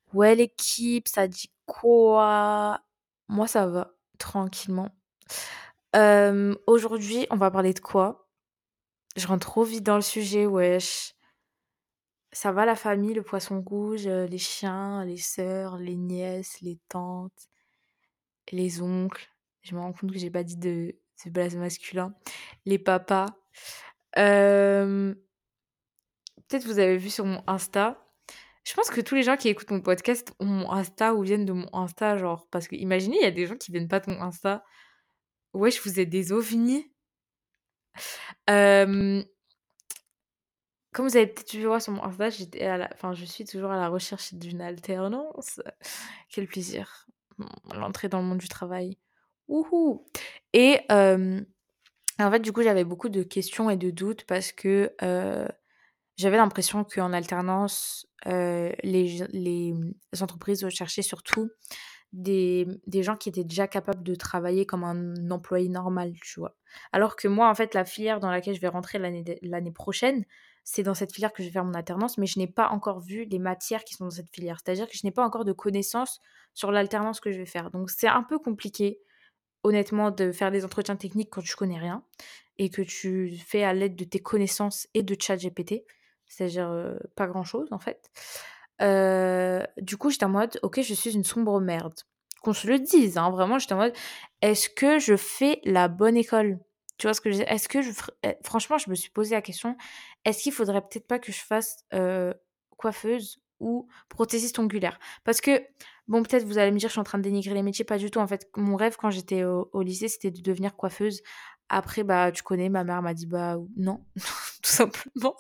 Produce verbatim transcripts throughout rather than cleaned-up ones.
Ouais, l'équipe, ça dit quoi? Moi, ça va, tranquillement. Hem, aujourd'hui, on va parler de quoi? Je rentre trop vite dans le sujet, wesh. Ça va la famille, le poisson rouge, heu, les chiens, les sœurs, les nièces, les tantes, les oncles. Je me rends compte que j'ai pas dit de de blaze masculin. Les papas. Hem, peut-être vous avez vu sur mon Insta. Je pense que tous les gens qui écoutent mon podcast ont mon Insta ou viennent de mon Insta, genre, parce que imaginez, il y a des gens qui viennent pas de mon Insta. Wesh, vous êtes des ovnis. Hem, comme vous avez peut-être pu voir sur mon Insta, j'étais à la enfin, je suis toujours à la recherche d'une alternance. Quel plaisir. Mmh, l'entrée dans le monde du travail. Wouhou! Et hem, en fait, du coup, j'avais beaucoup de questions et de doutes parce que, heu, j'avais l'impression qu'en alternance, heu, les j les, mmh, entreprises recherchaient surtout des des gens qui étaient déjà capables de travailler comme un employé normal, tu vois? Alors que moi, en fait, la filière dans laquelle je vais rentrer l'année d l'année prochaine, c'est dans cette filière que je vais faire mon alternance, mais je n'ai pas encore vu les matières qui sont dans cette filière. C'est-à-dire que je n'ai pas encore de connaissances sur l'alternance que je vais faire. Donc c'est un peu compliqué, honnêtement, de faire des entretiens techniques quand tu connais rien et que tu fais à l'aide de tes connaissances et de ChatGPT. C'est-à-dire, heu, pas grand-chose, en fait. Heu, du coup, j'étais en mode: «OK, je suis une sombre merde». Qu'on se le dise, hein, vraiment, j'étais en mode: «Est-ce que je fais la bonne école?» Tu vois ce que je veux dire? Est-ce que je fer eh, franchement, je me suis posé la question: «Est-ce qu'il faudrait peut-être pas que je fasse, heu, coiffeuse ou prothésiste ongulaire?» Parce que, bon, peut-être vous allez me dire: «Je suis en train de dénigrer les métiers», pas du tout. En fait, mon rêve quand j'étais au au lycée, c'était de devenir coiffeuse. Après, bah, tu connais, ma mère m'a dit: «Bah, non», tout simplement.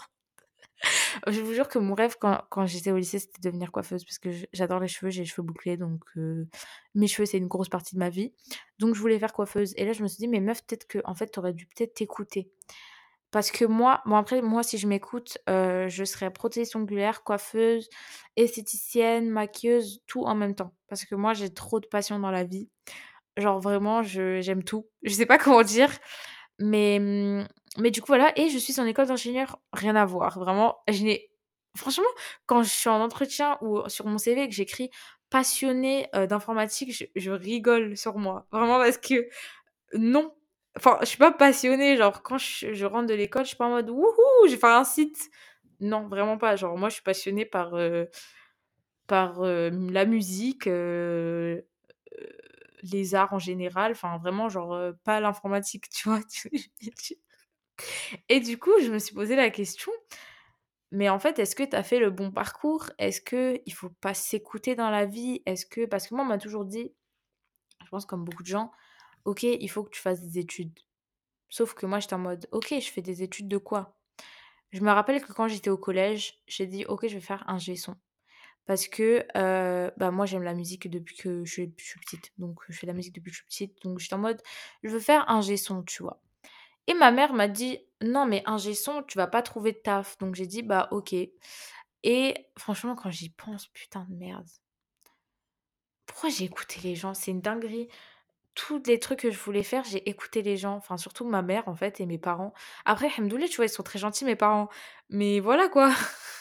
Je vous jure que mon rêve quand quand j'étais au lycée, c'était de devenir coiffeuse parce que je j'adore les cheveux, j'ai les cheveux bouclés donc heu, mes cheveux, c'est une grosse partie de ma vie. Donc je voulais faire coiffeuse et là, je me suis dit: «Mais meuf, peut-être que en fait, tu aurais dû peut-être t'écouter». Parce que moi bon après, moi, si je m'écoute, heu, je serais prothésiste ongulaire, coiffeuse, esthéticienne, maquilleuse, tout en même temps. Parce que moi, j'ai trop de passion dans la vie. Genre vraiment, je j'aime tout. Je sais pas comment dire, mais mmh, mais du coup, voilà et je suis en école d'ingénieur, rien à voir. Vraiment, je n'ai franchement, quand je suis en entretien ou sur mon C V et que j'écris passionnée, heu, d'informatique, je je rigole sur moi. Vraiment parce que non. Enfin, je suis pas passionnée, genre quand je je rentre de l'école, je suis pas en mode: «Wouhou, je vais faire un site». Non, vraiment pas. Genre moi, je suis passionnée par, heu, par, hem, la musique, heu heu, les arts en général, enfin vraiment genre, heu, pas l'informatique, tu vois? Tu vois ce que je veux dire? Et du coup, je me suis posé la question, mais en fait, est-ce que tu as fait le bon parcours? Est-ce qu'il faut pas s'écouter dans la vie? Est-ce que parce que moi, on m'a toujours dit, je pense comme beaucoup de gens: «OK, il faut que tu fasses des études». Sauf que moi, j'étais en mode: «OK, je fais des études de quoi?» Je me rappelle que quand j'étais au collège, j'ai dit: «OK, je vais faire ingé son». Parce que, heu, bah, moi, j'aime la musique depuis que je suis je suis petite. Donc je fais de la musique depuis que je suis petite. Donc j'étais en mode: «Je veux faire ingé son», tu vois? Et ma mère m'a dit: «Non, mais ingé son, tu vas pas trouver de taf». Donc j'ai dit: «Bah, OK». Et franchement, quand j'y pense, putain de merde. Pourquoi j'ai écouté les gens? C'est une dinguerie. Tous les trucs que je voulais faire, j'ai écouté les gens, enfin surtout ma mère en fait et mes parents. Après, alhamdoulilah, tu vois, ils sont très gentils mes parents, mais voilà quoi.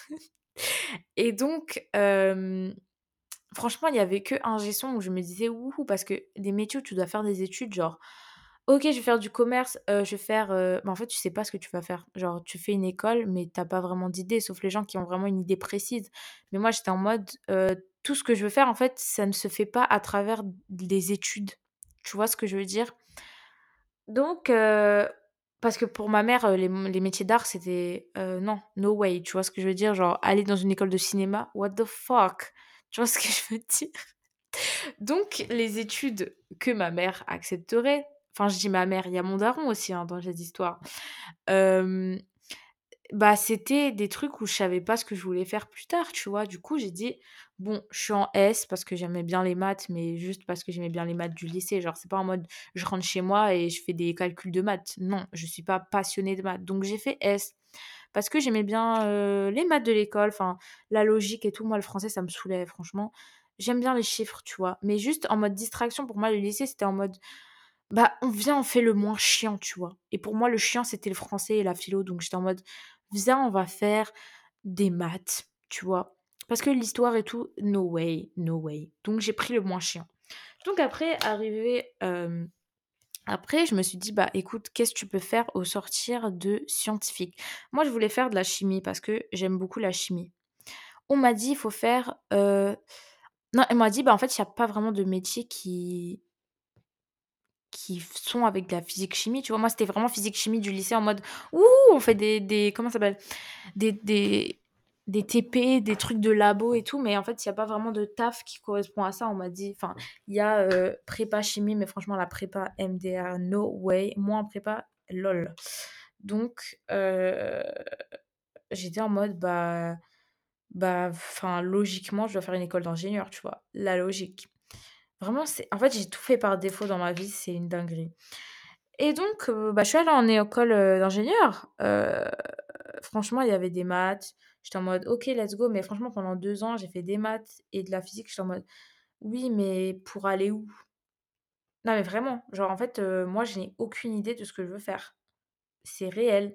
Et donc, hem, franchement, il y avait que ingé son où je me disais: «Wouhou» parce que des métiers où tu dois faire des études, genre: «OK, je vais faire du commerce, heu, je vais faire», heu, mais en fait, tu sais pas ce que tu vas faire. Genre, tu fais une école, mais tu as pas vraiment d'idée, sauf les gens qui ont vraiment une idée précise. Mais moi, j'étais en mode, heu, tout ce que je veux faire, en fait, ça ne se fait pas à travers des études. Tu vois ce que je veux dire? Donc heu, parce que pour ma mère, heu, les m les métiers d'art, c'était, heu, non, no way, tu vois ce que je veux dire? Genre aller dans une école de cinéma, what the fuck? Tu vois ce que je veux dire? Donc les études que ma mère accepterait, enfin je dis ma mère, il y a mon daron aussi, hein, dans cette histoire. Hem, Bah, c'était des trucs où je savais pas ce que je voulais faire plus tard, tu vois? Du coup, j'ai dit: «Bon, je suis en S parce que j'aimais bien les maths, mais juste parce que j'aimais bien les maths du lycée». Genre, c'est pas en mode, je rentre chez moi et je fais des calculs de maths. Non, je suis pas passionnée de maths. Donc j'ai fait S parce que j'aimais bien, heu, les maths de l'école, enfin, la logique et tout. Moi, le français, ça me saoulait, franchement. J'aime bien les chiffres, tu vois? Mais juste en mode distraction, pour moi, le lycée, c'était en mode, bah, on vient, on fait le moins chiant, tu vois? Et pour moi, le chiant, c'était le français et la philo, donc j'étais en mode: «Viens, on va faire des maths», tu vois? Parce que l'histoire et tout, no way, no way. Donc j'ai pris le moins chiant. Donc après, arrivé, hem, après je me suis dit: «Bah écoute, qu'est-ce que tu peux faire au sortir de scientifique?» Moi je voulais faire de la chimie parce que j'aime beaucoup la chimie. On m'a dit: «Il faut faire, heu» non, elle m'a dit: «Bah en fait, il y a pas vraiment de métiers qui qui f sont avec de la physique-chimie», tu vois? Moi, c'était vraiment physique-chimie du lycée en mode: «Wouhou, on fait des des» comment ça s'appelle? Des des des T P, des trucs de labo et tout, mais en fait, il y a pas vraiment de taf qui correspond à ça. On m'a dit enfin, il y a, heu, prépa chimie, mais franchement la prépa M D A, no way. Moi en prépa, lol. Donc heu, j'étais en mode: «Bah bah, enfin, logiquement, je dois faire une école d'ingénieur», tu vois? La logique. Vraiment, c'est en fait, j'ai tout fait par défaut dans ma vie, c'est une dinguerie. Et donc, heu, bah, je suis allée en école, heu, d'ingénieur. Heu, franchement, il y avait des maths. J'étais en mode: «OK, let's go», mais franchement, pendant deux ans, j'ai fait des maths et de la physique. J'étais en mode: «Oui, mais pour aller où?» Non, mais vraiment, genre, en fait, heu, moi, je n'ai aucune idée de ce que je veux faire. C'est réel.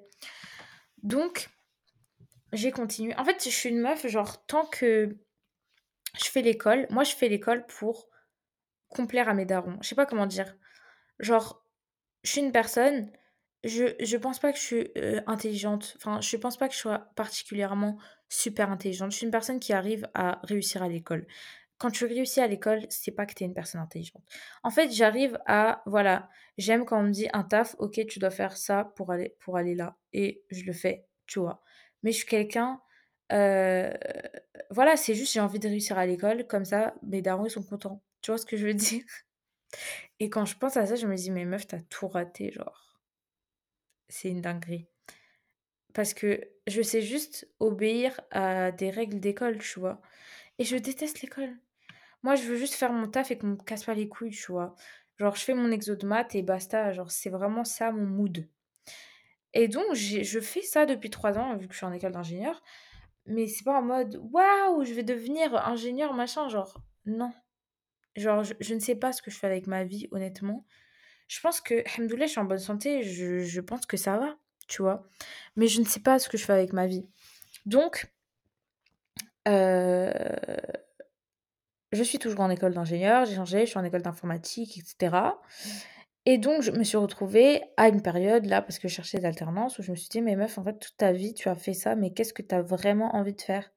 Donc, j'ai continué. En fait, je suis une meuf, genre, tant que je fais l'école moi, je fais l'école pour complaire à mes darons. Je sais pas comment dire. Genre, je suis une personne, je je pense pas que je suis, heu, intelligente. Enfin, je pense pas que je sois particulièrement super intelligente. Je suis une personne qui arrive à réussir à l'école. Quand tu réussis à l'école, c'est pas que tu es une personne intelligente. En fait, j'arrive à voilà, j'aime quand on me dit: «Un taf, OK, tu dois faire ça pour aller pour aller là» et je le fais, tu vois? Mais je suis quelqu'un, heu, voilà, c'est juste j'ai envie de réussir à l'école, comme ça mes darons, ils sont contents. Tu vois ce que je veux dire? Et quand je pense à ça, je me dis: «Mais meuf, tu as tout raté, genre, c'est une dinguerie». Parce que je sais juste obéir à des règles d'école, tu vois? Et je déteste l'école. Moi, je veux juste faire mon taf et qu'on me casse pas les couilles, tu vois? Genre, je fais mon exo de maths et basta, genre, c'est vraiment ça mon mood. Et donc j'ai je fais ça depuis trois ans, vu que je suis en école d'ingénieur, mais c'est pas en mode: «Waouh, je vais devenir ingénieur, machin», genre, non. Genre, je je ne sais pas ce que je fais avec ma vie, honnêtement. Je pense que, Alhamdoulilah, je suis en bonne santé, je je pense que ça va, tu vois? Mais je ne sais pas ce que je fais avec ma vie. Donc, heu, je suis toujours en école d'ingénieur, j'ai changé, je suis en école d'informatique et cetera. Et donc je me suis retrouvée à une période là, parce que je cherchais des alternances, où je me suis dit: «Mais meuf, en fait, toute ta vie, tu as fait ça, mais qu'est-ce que tu as vraiment envie de faire?»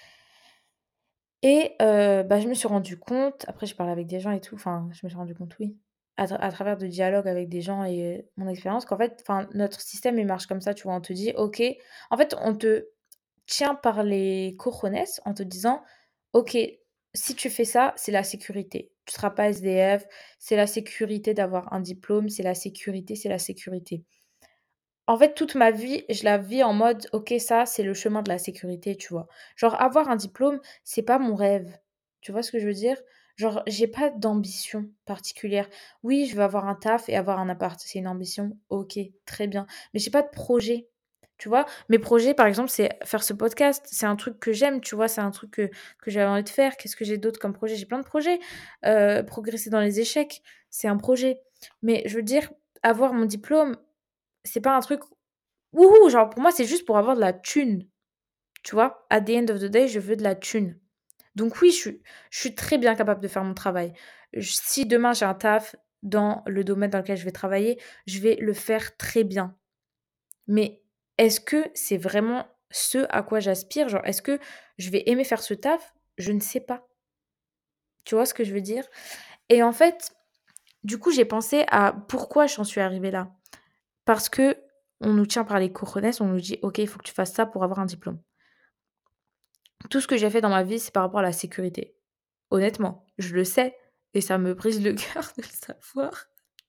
Et heu, bah, je me suis rendu compte, après j'ai parlé avec des gens et tout, enfin, je me suis rendu compte, oui, à tra à travers de dialogues avec des gens et heu, mon expérience qu'en fait, enfin, notre système, il marche comme ça, tu vois? On te dit: «OK», en fait, on te tient par les cojones en te disant: «OK, si tu fais ça, c'est la sécurité. Tu seras pas S D F, c'est la sécurité d'avoir un diplôme, c'est la sécurité, c'est la sécurité». En fait, toute ma vie, je la vis en mode: «OK, ça, c'est le chemin de la sécurité», tu vois? Genre avoir un diplôme, c'est pas mon rêve. Tu vois ce que je veux dire? Genre, j'ai pas d'ambition particulière. Oui, je veux avoir un taf et avoir un appart, c'est une ambition, OK, très bien. Mais j'ai pas de projet, tu vois? Mes projets, par exemple, c'est faire ce podcast, c'est un truc que j'aime, tu vois? C'est un truc que que j'avais envie de faire. Qu'est-ce que j'ai d'autre comme projet? J'ai plein de projets. Heu, progresser dans les échecs, c'est un projet. Mais je veux dire, avoir mon diplôme, c'est pas un truc wouhou, genre pour moi, c'est juste pour avoir de la thune, tu vois? At the end of the day, je veux de la thune. Donc oui, je suis je suis très bien capable de faire mon travail. J Si demain j'ai un taf dans le domaine dans lequel je vais travailler, je vais le faire très bien. Mais est-ce que c'est vraiment ce à quoi j'aspire? Genre, est-ce que je vais aimer faire ce taf? Je ne sais pas. Tu vois ce que je veux dire? Et en fait, du coup, j'ai pensé à pourquoi j'en suis arrivée là. Parce que on nous tient par les cojones, on nous dit: «OK, il faut que tu fasses ça pour avoir un diplôme». Tout ce que j'ai fait dans ma vie, c'est par rapport à la sécurité. Honnêtement, je le sais et ça me brise le cœur de le savoir,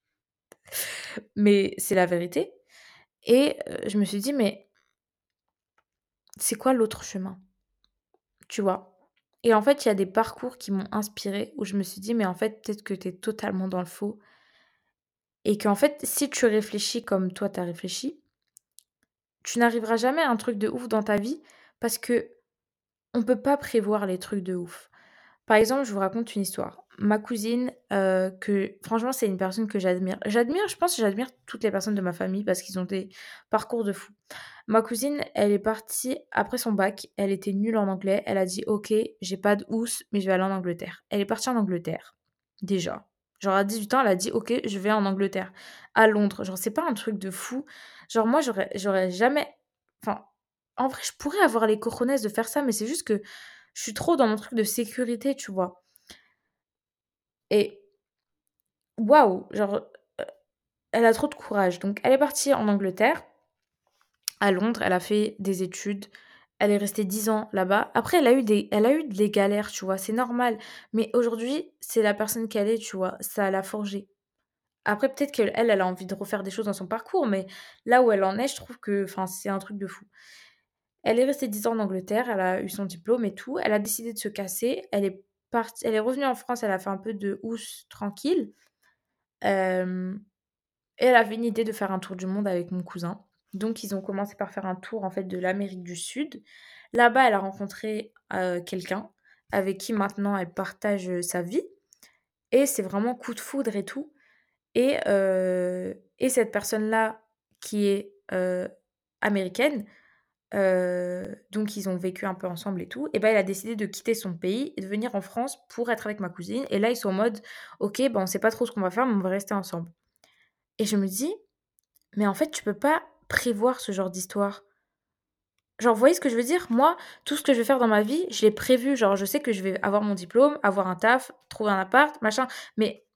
mais c'est la vérité et heu, je me suis dit: «Mais c'est quoi l'autre chemin?» Tu vois? Et en fait, il y a des parcours qui m'ont inspirée où je me suis dit: «Mais en fait, peut-être que tu es totalement dans le faux» et qu'en fait, si tu réfléchis comme toi tu as réfléchi, tu n'arriveras jamais à un truc de ouf dans ta vie parce que on peut pas prévoir les trucs de ouf. Par exemple, je vous raconte une histoire. Ma cousine, heu, que franchement, c'est une personne que j'admire. J'admire, je pense que j'admire toutes les personnes de ma famille parce qu'ils ont des parcours de fou. Ma cousine, elle est partie après son bac, elle était nulle en anglais, elle a dit: «OK, j'ai pas de housse, mais je vais aller en Angleterre». Elle est partie en Angleterre, déjà. Genre à dix-huit ans, elle a dit: «OK, je vais en Angleterre», à Londres. Genre c'est pas un truc de fou. Genre moi j'aurais j'aurais jamais enfin, en vrai, je pourrais avoir les cojones de faire ça, mais c'est juste que je suis trop dans mon truc de sécurité, tu vois? Et waouh! Genre, heu, elle a trop de courage. Donc elle est partie en Angleterre, à Londres, elle a fait des études. Elle est restée dix ans là-bas. Après, elle a eu des elle a eu des galères, tu vois? C'est normal. Mais aujourd'hui, c'est la personne qu'elle est, tu vois? Ça l'a forgée. Après, peut-être qu'elle, elle elle a envie de refaire des choses dans son parcours, mais là où elle en est, je trouve que enfin, c'est un truc de fou. Elle est restée dix ans en Angleterre, elle a eu son diplôme et tout. Elle a décidé de se casser. Elle est partie elle est revenue en France, elle a fait un peu de housse tranquille. Hem Et elle avait une idée de faire un tour du monde avec mon cousin. Donc ils ont commencé par faire un tour, en fait, de l'Amérique du Sud. Là-bas, elle a rencontré, heu, quelqu'un avec qui maintenant elle partage, heu, sa vie et c'est vraiment coup de foudre et tout et heu et cette personne-là qui est, heu, américaine, heu, donc ils ont vécu un peu ensemble et tout et ben elle a décidé de quitter son pays et de venir en France pour être avec ma cousine et là, ils sont en mode: «OK, ben, on sait pas trop ce qu'on va faire, mais on va rester ensemble» et je me dis: mais en fait, tu peux pas prévoir ce genre d'histoire. Genre, vous voyez ce que je veux dire? Moi, tout ce que je vais faire dans ma vie, je l'ai prévu. Genre, je sais que je vais avoir mon diplôme, avoir un taf, trouver un appart, machin. Mais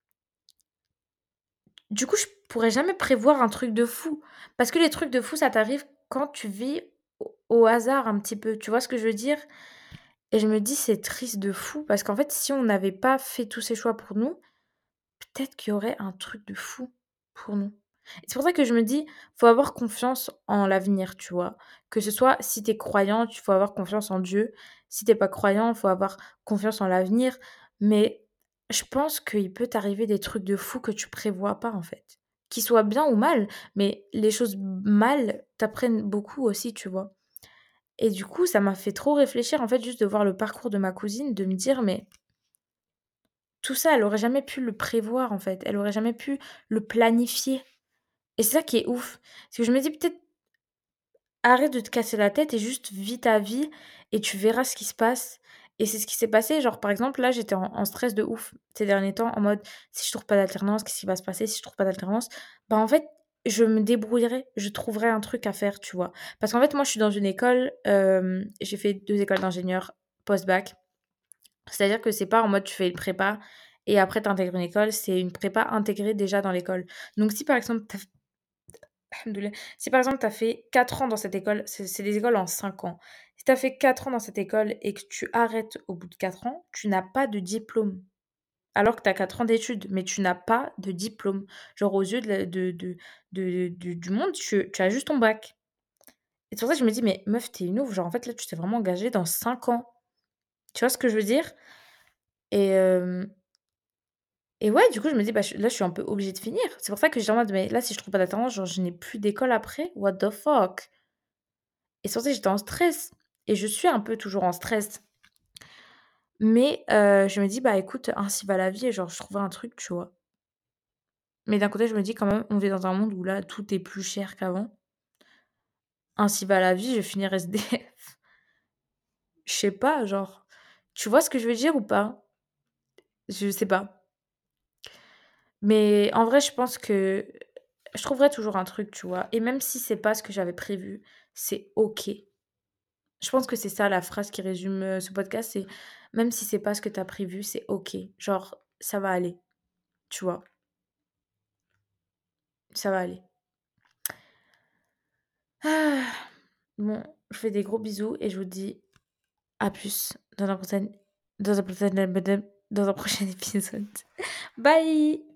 du coup, je pourrais jamais prévoir un truc de fou. Parce que les trucs de fou, ça t'arrive quand tu vis au au hasard un petit peu. Tu vois ce que je veux dire? Et je me dis, c'est triste de fou. Parce qu'en fait, si on n'avait pas fait tous ces choix pour nous, peut-être qu'il y aurait un truc de fou pour nous. Et c'est pour ça que je me dis, faut avoir confiance en l'avenir, tu vois? Que ce soit si tu es croyante, il faut avoir confiance en Dieu. Si tu es pas croyant, il faut avoir confiance en l'avenir. Mais je pense qu'il peut t'arriver des trucs de fou que tu prévois pas, en fait. Qu'ils soient bien ou mal, mais les choses mal t'apprennent beaucoup aussi, tu vois? Et du coup, ça m'a fait trop réfléchir, en fait, juste de voir le parcours de ma cousine, de me dire: «Mais tout ça, elle aurait jamais pu le prévoir, en fait. Elle aurait jamais pu le planifier» et c'est ça qui est ouf. Parce que je me dis peut-être: «Arrête de te casser la tête et juste vis ta vie et tu verras ce qui se passe» et c'est ce qui s'est passé. Genre, par exemple, là, j'étais en en stress de ouf ces derniers temps, en mode: «Si je trouve pas d'alternance, qu'est-ce qui va se passer? Si je trouve pas d'alternance?» Bah, en fait, je me débrouillerai, je trouverai un truc à faire, tu vois? Parce qu'en fait, moi, je suis dans une école, hem, j'ai fait deux écoles d'ingénieur post-bac. C'est-à-dire que c'est pas en mode tu fais une prépa et après tu intègres une école, c'est une prépa intégrée déjà dans l'école. Donc si par exemple tu Alhamdoulilah. Si par exemple tu as fait quatre ans dans cette école, c'est c'est des écoles en cinq ans. Si tu as fait quatre ans dans cette école et que tu arrêtes au bout de quatre ans, tu n'as pas de diplôme. Alors que tu as quatre ans d'études, mais tu n'as pas de diplôme. Genre aux yeux de la de de de de du monde, tu tu as juste ton bac. Et c'est pour ça que je me dis: «Mais meuf, tu es une ouf, genre en fait là tu t'es vraiment engagée dans cinq ans». Tu vois ce que je veux dire? Et hem Et ouais, du coup, je me dis: «Bah, je là, je suis un peu obligée de finir». C'est pour ça que j'étais en mode: «Mais là, si je trouve pas d'alternance, genre, je n'ai plus d'école après, what the fuck?» Et c'est pour ça que j'étais en stress et je suis un peu toujours en stress. Mais heu, je me dis: «Bah, écoute, ainsi va la vie» et genre, je trouverai un truc, tu vois? Mais d'un côté, je me dis quand même, on vit dans un monde où là, tout est plus cher qu'avant. Ainsi va la vie, je vais finir S D F. Je sais pas, genre, tu vois ce que je veux dire ou pas? Je sais pas. Mais en vrai, je pense que je trouverai toujours un truc, tu vois? Et même si c'est pas ce que j'avais prévu, c'est OK. Je pense que c'est ça la phrase qui résume, heu, ce podcast, c'est: «Même si c'est pas ce que tu as prévu, c'est OK». Genre, ça va aller, tu vois? Ça va aller. Ah, bon, je vous fais des gros bisous et je vous dis à plus dans un prochain dans un prochain dans un prochain épisode. Bye!